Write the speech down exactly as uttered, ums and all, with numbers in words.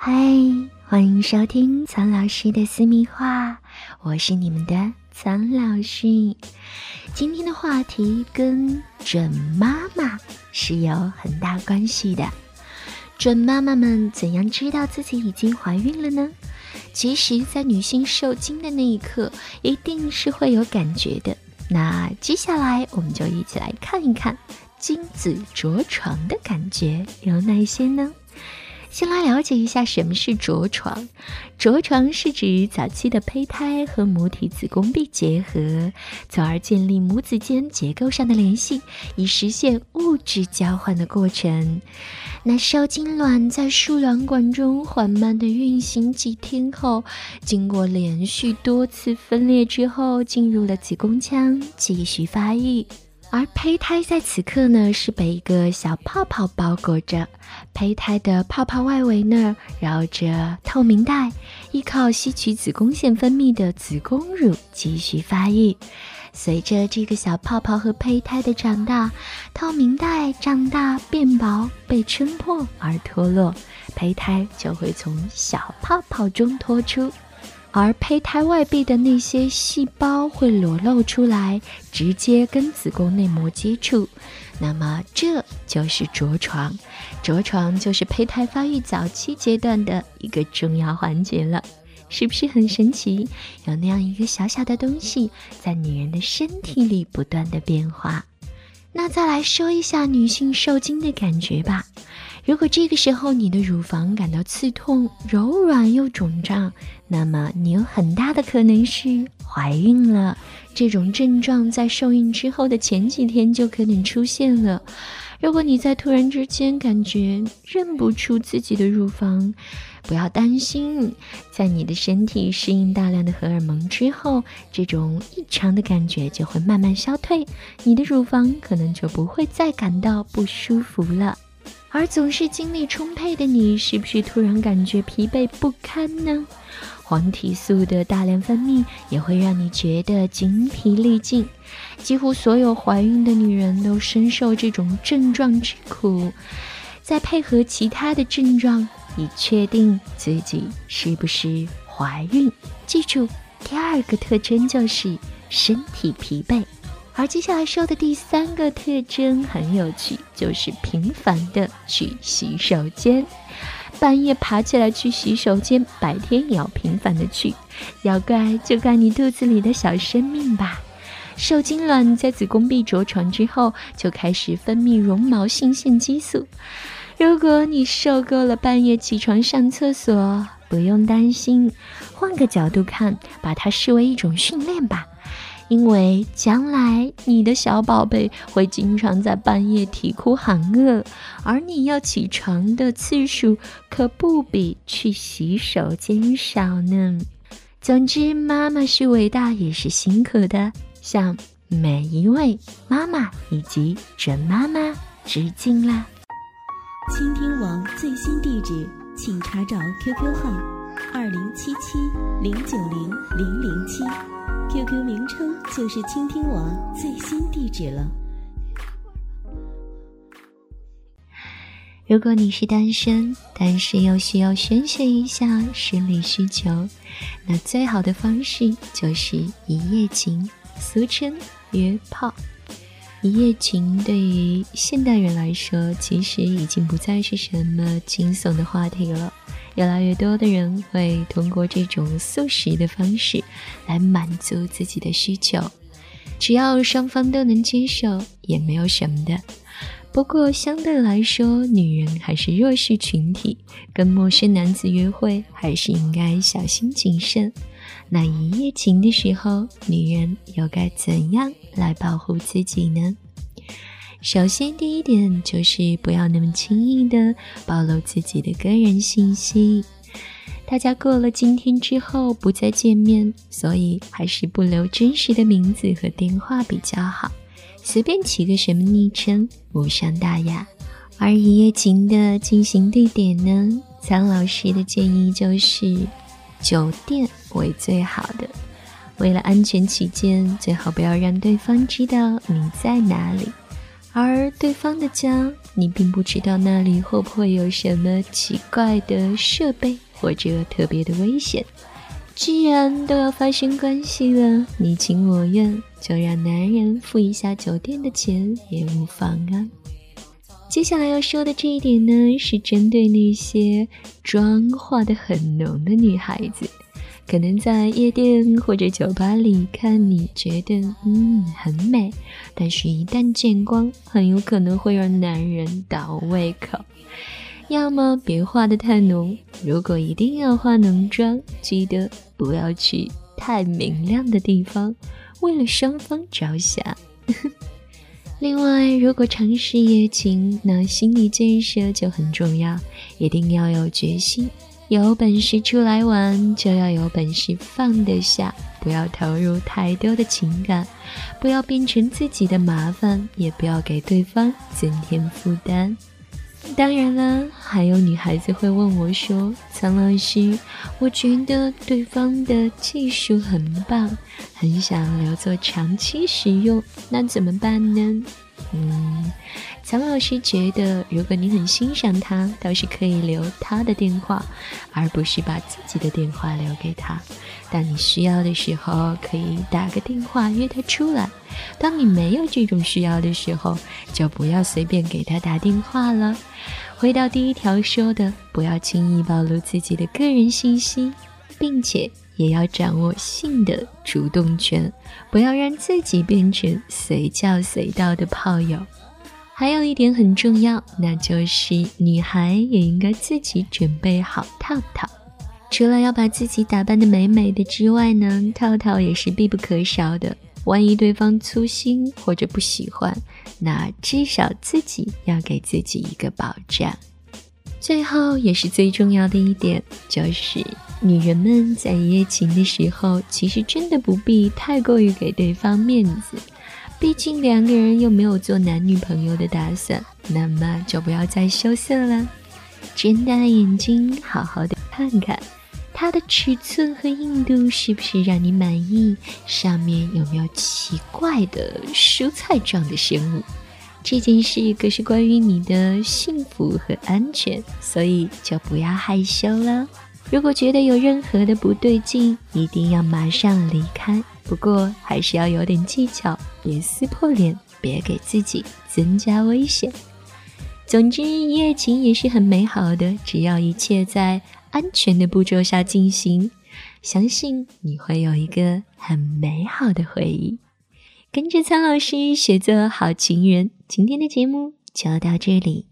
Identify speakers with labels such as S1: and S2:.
S1: 嗨，欢迎收听苍老师的私密话，我是你们的苍老师。今天的话题跟准妈妈是有很大关系的。准妈妈们怎样知道自己已经怀孕了呢？其实在女性受精的那一刻一定是会有感觉的。那接下来我们就一起来看一看精子着床的感觉有哪些呢？先来了解一下什么是着床。着床是指早期的胚胎和母体子宫壁结合，从而建立母子间结构上的联系，以实现物质交换的过程。那受精卵在输卵管中缓慢地运行几天后，经过连续多次分裂之后，进入了子宫腔继续发育。而胚胎在此刻呢，是被一个小泡泡包裹着，胚胎的泡泡外围呢绕着透明带，依靠吸取子宫腺分泌的子宫乳继续发育。随着这个小泡泡和胚胎的长大，透明带长大变薄，被撑破而脱落，胚胎就会从小泡泡中脱出。而胚胎外壁的那些细胞会裸露出来，直接跟子宫内膜接触，那么这就是着床。着床就是胚胎发育早期阶段的一个重要环节了，是不是很神奇？有那样一个小小的东西在女人的身体里不断的变化。那再来说一下女性受精的感觉吧。如果这个时候你的乳房感到刺痛、柔软又肿胀，那么你有很大的可能是怀孕了。这种症状在受孕之后的前几天就可能出现了。如果你在突然之间感觉认不出自己的乳房，不要担心，在你的身体适应大量的荷尔蒙之后，这种异常的感觉就会慢慢消退，你的乳房可能就不会再感到不舒服了。而总是精力充沛的你，是不是突然感觉疲惫不堪呢？黄体素的大量分泌也会让你觉得精疲力尽。几乎所有怀孕的女人都深受这种症状之苦，再配合其他的症状，以确定自己是不是怀孕。记住，第二个特征就是身体疲惫。而接下来说的第三个特征很有趣，就是频繁的去洗手间。半夜爬起来去洗手间，白天也要频繁的去，要怪就怪你肚子里的小生命吧。受精卵在子宫壁着床之后，就开始分泌绒毛性腺激素。如果你受够了半夜起床上厕所，不用担心，换个角度看，把它视为一种训练吧。因为将来你的小宝贝会经常在半夜啼哭喊饿，而你要起床的次数可不比去洗手间少呢。总之，妈妈是伟大也是辛苦的，向每一位妈妈以及准妈妈致敬啦。
S2: 倾听网最新地址，请查找 Q Q 号二零七七零九零零零七。Q Q 名称就是倾听网最新地址了。
S1: 如果你是单身，但是又需要宣泄一下生理需求，那最好的方式就是一夜情，俗称约炮。一夜情对于现代人来说，其实已经不再是什么惊悚的话题了。越来越多的人会通过这种速食的方式来满足自己的需求，只要双方都能接受，也没有什么的。不过相对来说，女人还是弱势群体，跟陌生男子约会还是应该小心谨慎。那一夜情的时候，女人又该怎样来保护自己呢？首先第一点就是不要那么轻易的暴露自己的个人信息。大家过了今天之后不再见面，所以还是不留真实的名字和电话比较好，随便起个什么昵称无伤大雅。而一夜情的进行地点呢，苍老师的建议就是酒店为最好的。为了安全起见，最好不要让对方知道你在哪里。 而对方的家，你并不知道那里会不会有什么奇怪的设备或者特别的危险。既然都要发生关系了，你情我愿，就让男人付一下酒店的钱也无妨啊。接下来要说的这一点呢，是针对那些妆化得很浓的女孩子，可能在夜店或者酒吧里看你觉得嗯很美，但是一旦见光，很有可能会让男人倒胃口。要么别画得太浓，如果一定要化浓妆，记得不要去太明亮的地方，为了双方着想。另外，如果尝试夜情，那心理建设就很重要，一定要有决心，有本事出来玩，就要有本事放得下，不要投入太多的情感，不要变成自己的麻烦，也不要给对方增添负担。当然了，还有女孩子会问我说，苍老师，我觉得对方的技术很棒，很想留作长期使用，那怎么办呢？嗯，苍老师觉得，如果你很欣赏他，倒是可以留他的电话，而不是把自己的电话留给他。当你需要的时候，可以打个电话约他出来。当你没有这种需要的时候，就不要随便给他打电话了。回到第一条说的，不要轻易暴露自己的个人信息，并且也要掌握性的主动权，不要让自己变成随叫随到的炮友。还有一点很重要，那就是女孩也应该自己准备好套套。除了要把自己打扮得美美的之外呢，套套也是必不可少的。万一对方粗心或者不喜欢，那至少自己要给自己一个保障。最后也是最重要的一点，就是女人们在一夜情的时候，其实真的不必太过于给对方面子，毕竟两个人又没有做男女朋友的打算，那么就不要再羞涩了，睁大眼睛好好的看看它的尺寸和硬度是不是让你满意，上面有没有奇怪的蔬菜状的生物。这件事可是关于你的幸福和安全，所以就不要害羞了。如果觉得有任何的不对劲，一定要马上离开，不过还是要有点技巧，别撕破脸，别给自己增加危险。总之，一夜情也是很美好的，只要一切在安全的步骤下进行，相信你会有一个很美好的回忆。跟着苍老师学做好情人，今天的节目就到这里，